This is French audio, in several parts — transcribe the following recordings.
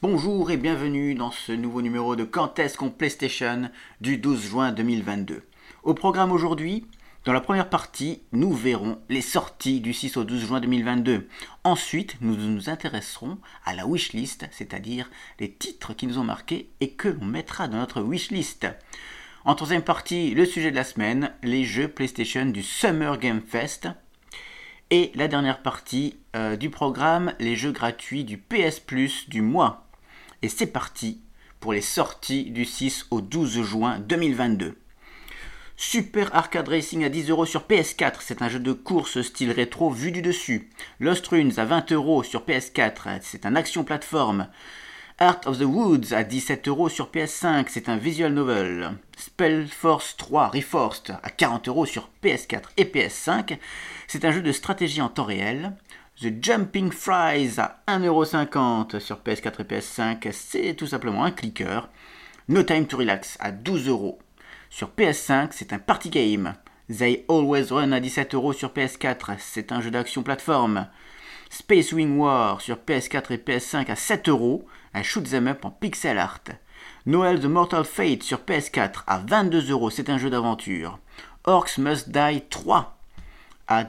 Bonjour et bienvenue dans ce nouveau numéro de Quand est-ce qu'on PlayStation du 12 juin 2022. Au programme aujourd'hui, dans la première partie, nous verrons les sorties du 6 au 12 juin 2022. Ensuite, nous nous intéresserons à la wishlist, c'est-à-dire les titres qui nous ont marqués et que l'on mettra dans notre wishlist. En troisième partie, le sujet de la semaine, les jeux PlayStation du Summer Game Fest. Et la dernière partie du programme, les jeux gratuits du PS Plus du mois. Et c'est parti pour les sorties du 6 au 12 juin 2022. Super Arcade Racing à 10€ sur PS4, c'est un jeu de course style rétro vu du dessus. Lost Runes à 20€ sur PS4, c'est un action plateforme. Heart of the Woods à 17€ sur PS5, c'est un visual novel. Spellforce 3 Reforced à 40€ sur PS4 et PS5, c'est un jeu de stratégie en temps réel. The Jumping Fries à 1,50€ sur PS4 et PS5, c'est tout simplement un clicker. No Time to Relax à 12€ sur PS5, c'est un party game. They Always Run à 17€ sur PS4, c'est un jeu d'action plateforme. Space Wing War sur PS4 et PS5 à 7€, un shoot'em up en pixel art. Noel the Mortal Fate sur PS4 à 22€, c'est un jeu d'aventure. Orcs Must Die 3 à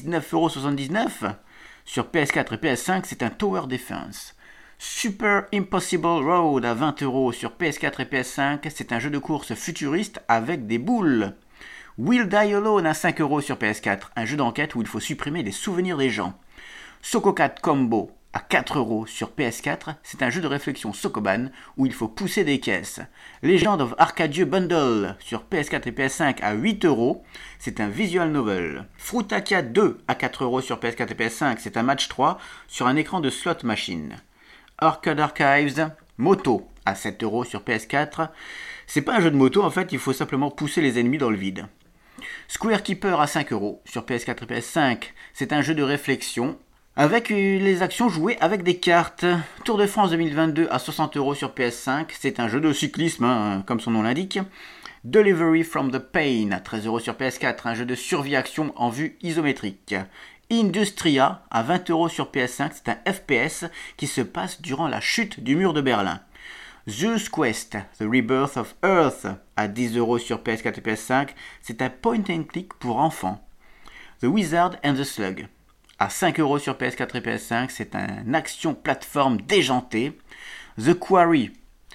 19,79€ sur PS4 et PS5, c'est un tower defense. Super Impossible Road à 20€ sur PS4 et PS5, c'est un jeu de course futuriste avec des boules. Will Die Alone à 5€ sur PS4, un jeu d'enquête où il faut supprimer les souvenirs des gens. Sokocat Combo à 4€ sur PS4, c'est un jeu de réflexion Sokoban où il faut pousser des caisses. Legend of Arcadia Bundle sur PS4 et PS5 à 8€, c'est un visual novel. Fruitakia 2 à 4€ sur PS4 et PS5, c'est un match 3 sur un écran de slot machine. Arcade Archives Moto à 7€ sur PS4, c'est pas un jeu de moto en fait, il faut simplement pousser les ennemis dans le vide. Square Keeper à 5€ sur PS4 et PS5, c'est un jeu de réflexion avec les actions jouées avec des cartes. Tour de France 2022 à 60€ sur PS5, c'est un jeu de cyclisme, comme son nom l'indique. Delivery from the Pain à 13€ sur PS4, un jeu de survie-action en vue isométrique. Industria à 20€ sur PS5, c'est un FPS qui se passe durant la chute du mur de Berlin. Zeus Quest, The Rebirth of Earth à 10€ sur PS4 et PS5, c'est un point and click pour enfants. The Wizard and the Slug à 5€ sur PS4 et PS5, c'est un action plateforme déjanté. The Quarry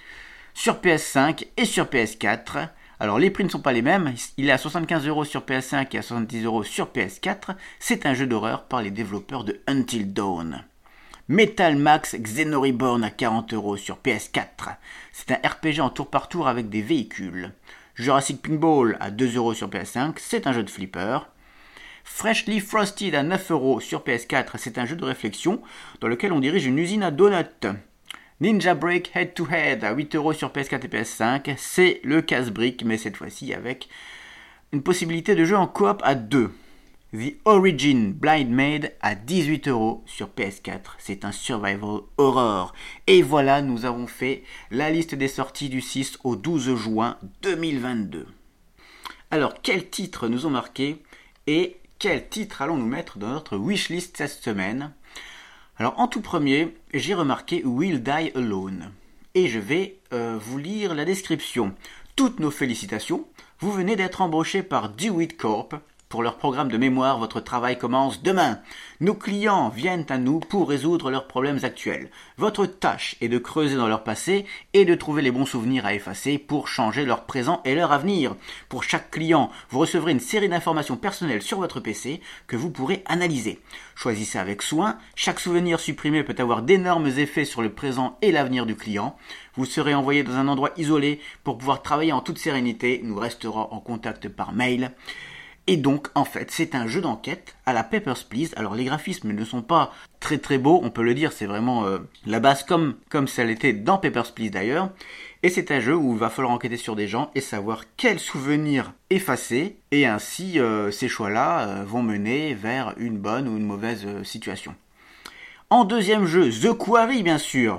sur PS5 et sur PS4. Alors les prix ne sont pas les mêmes, il est à 75€ sur PS5 et à 70€ sur PS4. C'est un jeu d'horreur par les développeurs de Until Dawn. Metal Max Xenoreborn à 40€ sur PS4. C'est un RPG en tour par tour avec des véhicules. Jurassic Pinball à 2€ sur PS5, c'est un jeu de flipper. Freshly Frosted à 9€ sur PS4, c'est un jeu de réflexion dans lequel on dirige une usine à donuts. Ninja Break Head to Head à 8€ sur PS4 et PS5, c'est le casse-brique, mais cette fois-ci avec une possibilité de jeu en coop à 2. The Origin Blind Maid à 18€ sur PS4, c'est un survival horror. Et voilà, nous avons fait la liste des sorties du 6 au 12 juin 2022. Alors, quels titres nous ont marqués et quel titre allons-nous mettre dans notre wishlist cette semaine ? Alors en tout premier, j'ai remarqué Will Die Alone. Et je vais vous lire la description. Toutes nos félicitations, vous venez d'être embauché par DeWitt Corp. Pour leur programme de mémoire, votre travail commence demain. Nos clients viennent à nous pour résoudre leurs problèmes actuels. Votre tâche est de creuser dans leur passé et de trouver les bons souvenirs à effacer pour changer leur présent et leur avenir. Pour chaque client, vous recevrez une série d'informations personnelles sur votre PC que vous pourrez analyser. Choisissez avec soin. Chaque souvenir supprimé peut avoir d'énormes effets sur le présent et l'avenir du client. Vous serez envoyé dans un endroit isolé pour pouvoir travailler en toute sérénité. Nous resterons en contact par mail. Et donc, en fait, c'est un jeu d'enquête à la Papers, Please. Alors, les graphismes ne sont pas très très beaux, on peut le dire, c'est vraiment la base comme ça l'était dans Papers, Please d'ailleurs. Et c'est un jeu où il va falloir enquêter sur des gens et savoir quels souvenirs effacer. Et ainsi, ces choix-là vont mener vers une bonne ou une mauvaise situation. En deuxième jeu, The Quarry, bien sûr.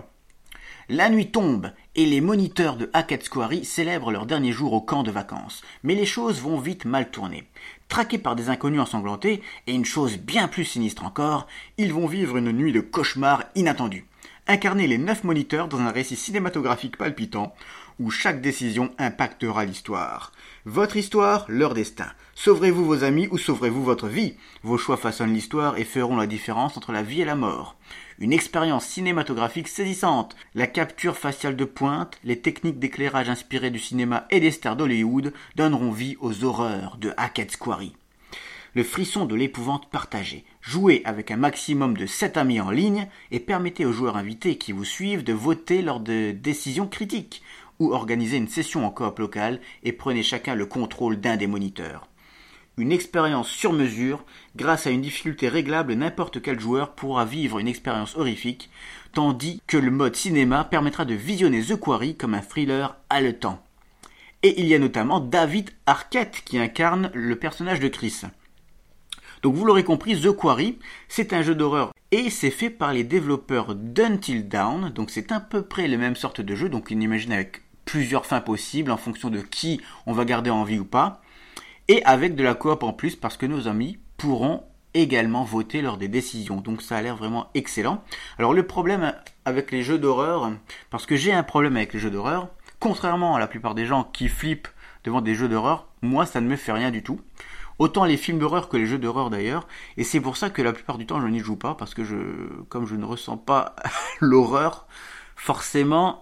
La nuit tombe et les moniteurs de Hackett's Quarry célèbrent leur dernier jour au camp de vacances. Mais les choses vont vite mal tourner. Traqués par des inconnus ensanglantés, et une chose bien plus sinistre encore, ils vont vivre une nuit de cauchemar inattendue. Incarnez les 9 moniteurs dans un récit cinématographique palpitant où chaque décision impactera l'histoire. Votre histoire, leur destin. Sauverez-vous vos amis ou sauverez-vous votre vie? Vos choix façonnent l'histoire et feront la différence entre la vie et la mort. Une expérience cinématographique saisissante. La capture faciale de pointe, les techniques d'éclairage inspirées du cinéma et des stars d'Hollywood donneront vie aux horreurs de Hackett's Quarry. Le frisson de l'épouvante partagée. Jouez avec un maximum de 7 amis en ligne et permettez aux joueurs invités qui vous suivent de voter lors de décisions critiques ou organisez une session en coop locale et prenez chacun le contrôle d'un des moniteurs. Une expérience sur mesure, grâce à une difficulté réglable, n'importe quel joueur pourra vivre une expérience horrifique, tandis que le mode cinéma permettra de visionner The Quarry comme un thriller haletant. Et il y a notamment David Arquette qui incarne le personnage de Chris. Donc vous l'aurez compris, The Quarry, c'est un jeu d'horreur et c'est fait par les développeurs d'Until Dawn, donc c'est à peu près les mêmes sortes de jeux, donc on imagine avec plusieurs fins possibles en fonction de qui on va garder en vie ou pas, et avec de la coop en plus parce que nos amis pourront également voter lors des décisions, donc ça a l'air vraiment excellent. Alors le problème avec les jeux d'horreur, parce que j'ai un problème avec les jeux d'horreur, contrairement à la plupart des gens qui flippent devant des jeux d'horreur, moi ça ne me fait rien du tout. Autant les films d'horreur que les jeux d'horreur d'ailleurs, et c'est pour ça que la plupart du temps je n'y joue pas, parce que comme je ne ressens pas l'horreur, forcément,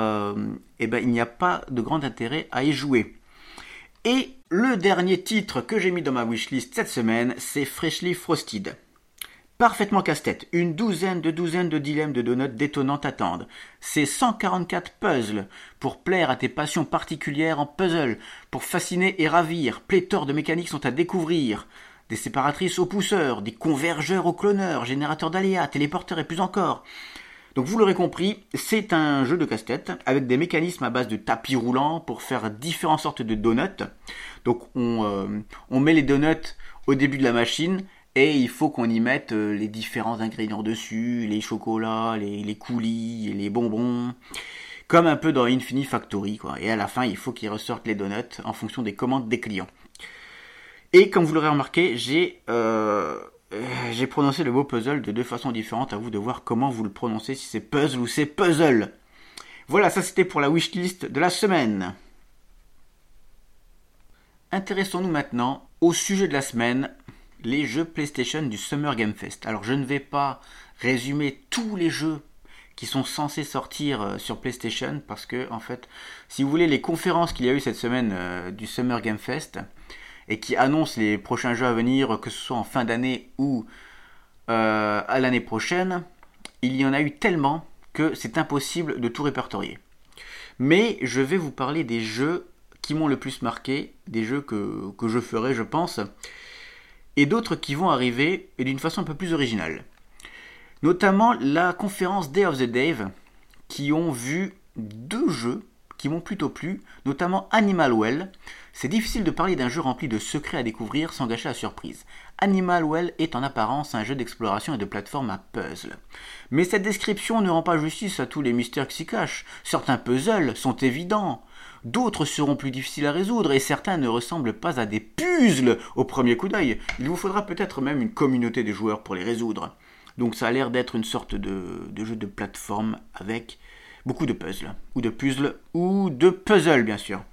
il n'y a pas de grand intérêt à y jouer. Et le dernier titre que j'ai mis dans ma wishlist cette semaine, c'est Freshly Frosted. Parfaitement casse-tête, une douzaine de dilemmes de donuts détonnants t'attendent. C'est 144 puzzles pour plaire à tes passions particulières en puzzle, pour fasciner et ravir. Pléthore de mécaniques sont à découvrir. Des séparatrices aux pousseurs, des convergeurs aux cloneurs, générateurs d'aléas, téléporteurs et plus encore. Donc vous l'aurez compris, c'est un jeu de casse-tête avec des mécanismes à base de tapis roulants pour faire différentes sortes de donuts. Donc on met les donuts au début de la machine et il faut qu'on y mette les différents ingrédients dessus, les chocolats, les coulis, les bonbons, comme un peu dans Infinifactory, quoi. Et à la fin, il faut qu'ils ressortent les donuts en fonction des commandes des clients. Et comme vous l'aurez remarqué, j'ai prononcé le mot puzzle de deux façons différentes, à vous de voir comment vous le prononcez, si c'est puzzle ou c'est puzzle. Voilà, ça c'était pour la wishlist de la semaine. Intéressons-nous maintenant au sujet de la semaine, les jeux PlayStation du Summer Game Fest. Alors je ne vais pas résumer tous les jeux qui sont censés sortir sur PlayStation, parce que en fait, si vous voulez, les conférences qu'il y a eu cette semaine du Summer Game Fest, et qui annoncent les prochains jeux à venir, que ce soit en fin d'année ou à l'année prochaine, il y en a eu tellement que c'est impossible de tout répertorier. Mais je vais vous parler des jeux qui m'ont le plus marqué, des jeux que je ferai, je pense, et d'autres qui vont arriver et d'une façon un peu plus originale. Notamment la conférence Day of the Dave, qui ont vu deux jeux qui m'ont plutôt plu, notamment Animal Well. C'est difficile de parler d'un jeu rempli de secrets à découvrir sans gâcher la surprise. Animal Well est en apparence un jeu d'exploration et de plateforme à puzzle. Mais cette description ne rend pas justice à tous les mystères qui s'y cachent. Certains puzzles sont évidents, d'autres seront plus difficiles à résoudre et certains ne ressemblent pas à des puzzles au premier coup d'œil. Il vous faudra peut-être même une communauté de joueurs pour les résoudre. Donc ça a l'air d'être une sorte de jeu de plateforme avec beaucoup de puzzles, ou de puzzles bien sûr.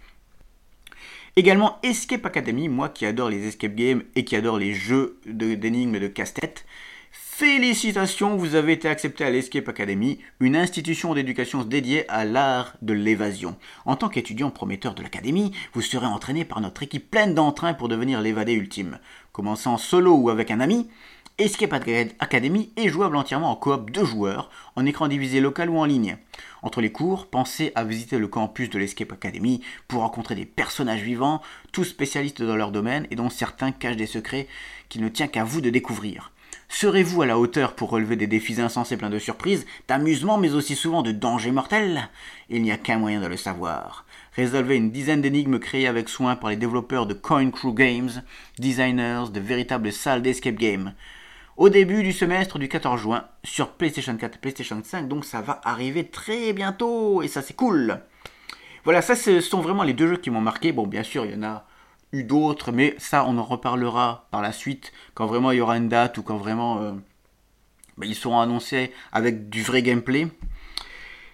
Également Escape Academy, moi qui adore les escape games et qui adore les jeux d'énigmes et de casse-tête. Félicitations, vous avez été accepté à l'Escape Academy, une institution d'éducation dédiée à l'art de l'évasion. En tant qu'étudiant prometteur de l'académie, vous serez entraîné par notre équipe pleine d'entrain pour devenir l'évadé ultime. Commençant solo ou avec un ami, Escape Academy est jouable entièrement en coop 2 joueurs, en écran divisé local ou en ligne. Entre les cours, pensez à visiter le campus de l'Escape Academy pour rencontrer des personnages vivants, tous spécialistes dans leur domaine et dont certains cachent des secrets qu'il ne tient qu'à vous de découvrir. Serez-vous à la hauteur pour relever des défis insensés pleins de surprises, d'amusement mais aussi souvent de dangers mortels ? Il n'y a qu'un moyen de le savoir. Résolvez une dizaine d'énigmes créées avec soin par les développeurs de Coin Crew Games, designers de véritables salles d'escape game. Au début du semestre du 14 juin, sur PlayStation 4 et PlayStation 5, donc ça va arriver très bientôt, et ça c'est cool. Voilà, ça ce sont vraiment les deux jeux qui m'ont marqué. Bon, bien sûr, il y en a eu d'autres, mais ça on en reparlera par la suite, quand vraiment il y aura une date, ou quand vraiment ils seront annoncés avec du vrai gameplay.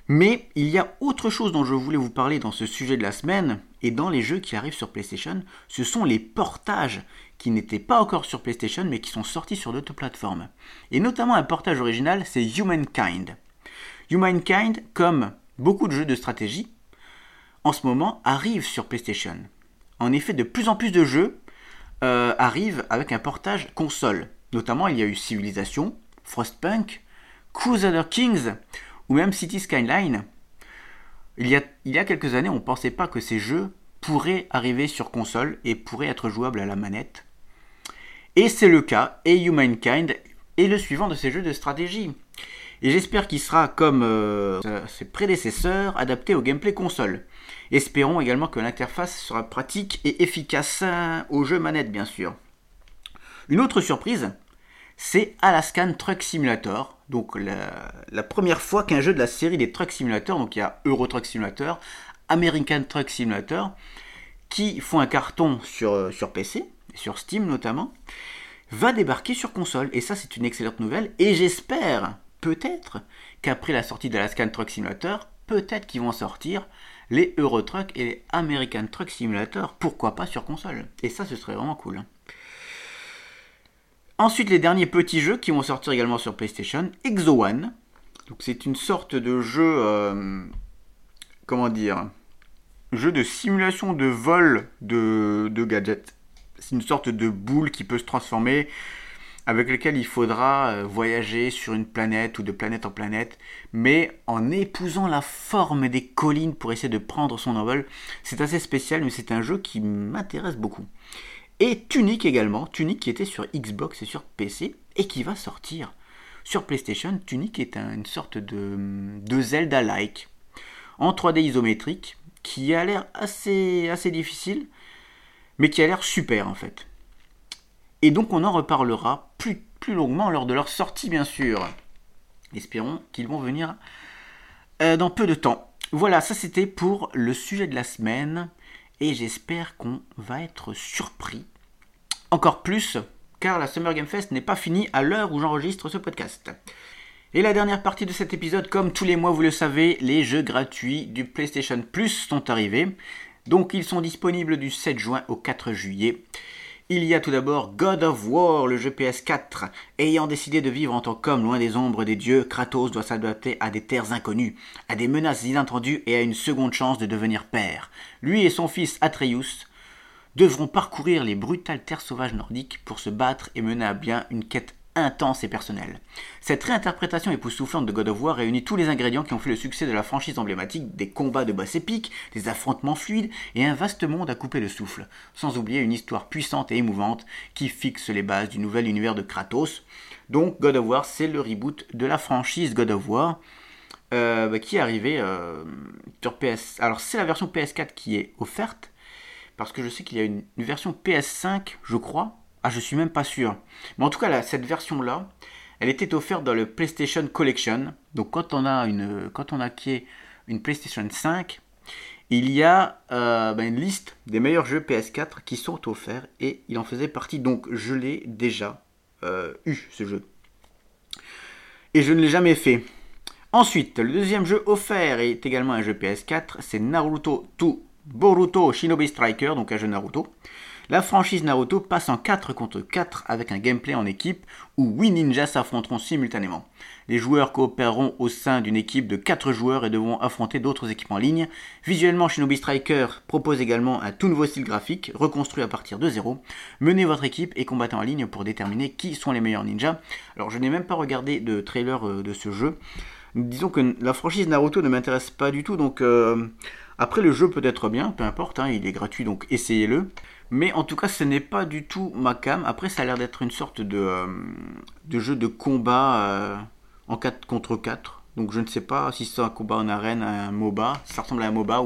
Mais il y a autre chose dont je voulais vous parler dans ce sujet de la semaine, et dans les jeux qui arrivent sur PlayStation, ce sont les portages qui n'étaient pas encore sur PlayStation, mais qui sont sortis sur d'autres plateformes. Et notamment un portage original, c'est Humankind. Humankind, comme beaucoup de jeux de stratégie, en ce moment, arrive sur PlayStation. En effet, de plus en plus de jeux arrivent avec un portage console. Notamment, il y a eu Civilization, Frostpunk, Crusader Kings, ou même City Skyline. Il y a quelques années, on ne pensait pas que ces jeux pourraient arriver sur console et pourraient être jouables à la manette. Et c'est le cas, et Humankind est le suivant de ces jeux de stratégie. Et j'espère qu'il sera, comme ses prédécesseurs, adapté au gameplay console. Espérons également que l'interface sera pratique et efficace au jeu manette, bien sûr. Une autre surprise, c'est Alaskan Truck Simulator. Donc la première fois qu'un jeu de la série des Truck Simulator, donc il y a Euro Truck Simulator, American Truck Simulator, qui font un carton sur PC, sur Steam notamment, va débarquer sur console. Et ça, c'est une excellente nouvelle. Et j'espère, peut-être, qu'après la sortie d'Alaskan Truck Simulator, peut-être qu'ils vont sortir les Euro Truck et les American Truck Simulator. Pourquoi pas sur console? Et ça, ce serait vraiment cool. Ensuite, les derniers petits jeux qui vont sortir également sur PlayStation, Exo One. Donc c'est une sorte de jeu, jeu de simulation de vol de gadgets. C'est une sorte de boule qui peut se transformer, avec lequel il faudra voyager sur une planète ou de planète en planète, mais en épousant la forme des collines pour essayer de prendre son envol. C'est assez spécial, mais c'est un jeu qui m'intéresse beaucoup. Et Tunic également, Tunic qui était sur Xbox et sur PC, et qui va sortir sur PlayStation. Tunic est une sorte de Zelda-like, en 3D isométrique, qui a l'air assez difficile, mais qui a l'air super en fait. Et donc on en reparlera plus longuement lors de leur sortie, bien sûr. Espérons qu'ils vont venir dans peu de temps. Voilà, ça c'était pour le sujet de la semaine. Et j'espère qu'on va être surpris encore plus, car la Summer Game Fest n'est pas finie à l'heure où j'enregistre ce podcast. Et la dernière partie de cet épisode, comme tous les mois vous le savez, les jeux gratuits du PlayStation Plus sont arrivés. Donc ils sont disponibles du 7 juin au 4 juillet. Il y a tout d'abord God of War, le jeu PS4. Ayant décidé de vivre en tant qu'homme loin des ombres des dieux, Kratos doit s'adapter à des terres inconnues, à des menaces inattendues et à une seconde chance de devenir père. Lui et son fils Atreus devront parcourir les brutales terres sauvages nordiques pour se battre et mener à bien une quête intense et personnelle. Cette réinterprétation époustouflante de God of War réunit tous les ingrédients qui ont fait le succès de la franchise emblématique, des combats de boss épiques, des affrontements fluides et un vaste monde à couper le souffle, sans oublier une histoire puissante et émouvante qui fixe les bases du nouvel univers de Kratos. Donc God of War, c'est le reboot de la franchise God of War qui est arrivé sur PS. Alors c'est la version PS4 qui est offerte, parce que je sais qu'il y a une version PS5, je crois. Ah, je suis même pas sûr. Mais en tout cas, cette version-là, elle était offerte dans le PlayStation Collection. Donc, quand on acquiert une PlayStation 5, il y a une liste des meilleurs jeux PS4 qui sont offerts. Et il en faisait partie. Donc, je l'ai déjà eu, ce jeu. Et je ne l'ai jamais fait. Ensuite, le deuxième jeu offert est également un jeu PS4. C'est Naruto 2 Boruto Shinobi Striker, donc un jeu Naruto. La franchise Naruto passe en 4 contre 4 avec un gameplay en équipe où 8 ninjas s'affronteront simultanément. Les joueurs coopéreront au sein d'une équipe de 4 joueurs et devront affronter d'autres équipes en ligne. Visuellement, Shinobi Striker propose également un tout nouveau style graphique, reconstruit à partir de zéro. Menez votre équipe et combattez en ligne pour déterminer qui sont les meilleurs ninjas. Alors je n'ai même pas regardé de trailer de ce jeu. Disons que la franchise Naruto ne m'intéresse pas du tout, donc après le jeu peut être bien, peu importe, il est gratuit donc essayez-le. Mais en tout cas, ce n'est pas du tout ma came. Après, ça a l'air d'être une sorte de jeu de combat en 4 contre 4. Donc je ne sais pas si c'est un combat en arène, un MOBA. Si ça ressemble à un MOBA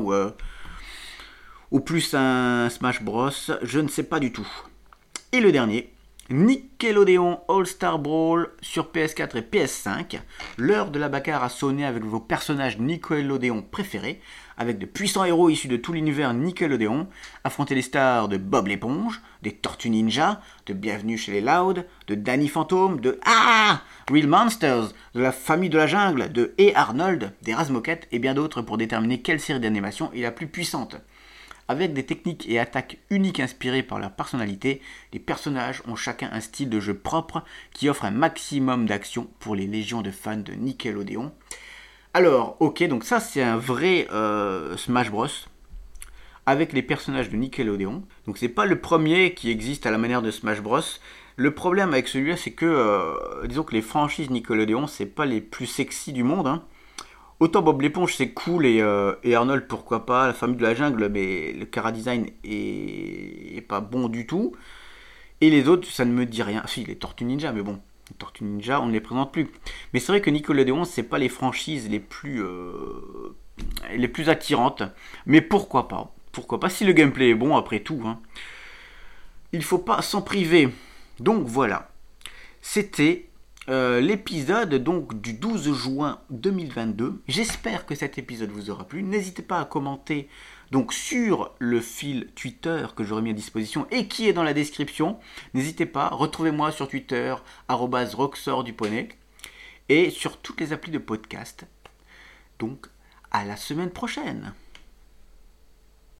ou plus un Smash Bros. Je ne sais pas du tout. Et le dernier, Nickelodeon All-Star Brawl sur PS4 et PS5. L'heure de la bagarre a sonné avec vos personnages Nickelodeon préférés, avec de puissants héros issus de tout l'univers Nickelodeon. Affrontez les stars de Bob l'éponge, des Tortues Ninja, de Bienvenue chez les Loud, de Danny Phantom, de Real Monsters, de la famille de la jungle, de Hey Arnold, des Razmoket et bien d'autres pour déterminer quelle série d'animation est la plus puissante. Avec des techniques et attaques uniques inspirées par leur personnalité, les personnages ont chacun un style de jeu propre qui offre un maximum d'action pour les légions de fans de Nickelodeon. Alors, ok, donc ça c'est un vrai Smash Bros. Avec les personnages de Nickelodeon. Donc c'est pas le premier qui existe à la manière de Smash Bros. Le problème avec celui-là, c'est que, disons que les franchises Nickelodeon, c'est pas les plus sexy du monde, hein. Autant Bob l'éponge c'est cool et Arnold pourquoi pas, la famille de la jungle, mais le chara-design est pas bon du tout. Et les autres ça ne me dit rien. Si, les Tortues Ninja, mais bon, les Tortues Ninja on ne les présente plus. Mais c'est vrai que Nickelodeon c'est pas les franchises les plus attirantes. Mais pourquoi pas? Pourquoi pas si le gameplay est bon après tout, hein. Il faut pas s'en priver. Donc voilà. C'était l'épisode donc du 12 juin 2022. J'espère que cet épisode vous aura plu. N'hésitez pas à commenter donc sur le fil Twitter que j'aurai mis à disposition et qui est dans la description. N'hésitez pas, retrouvez-moi sur Twitter @roxor_du_poney et sur toutes les applis de podcast. Donc à la semaine prochaine.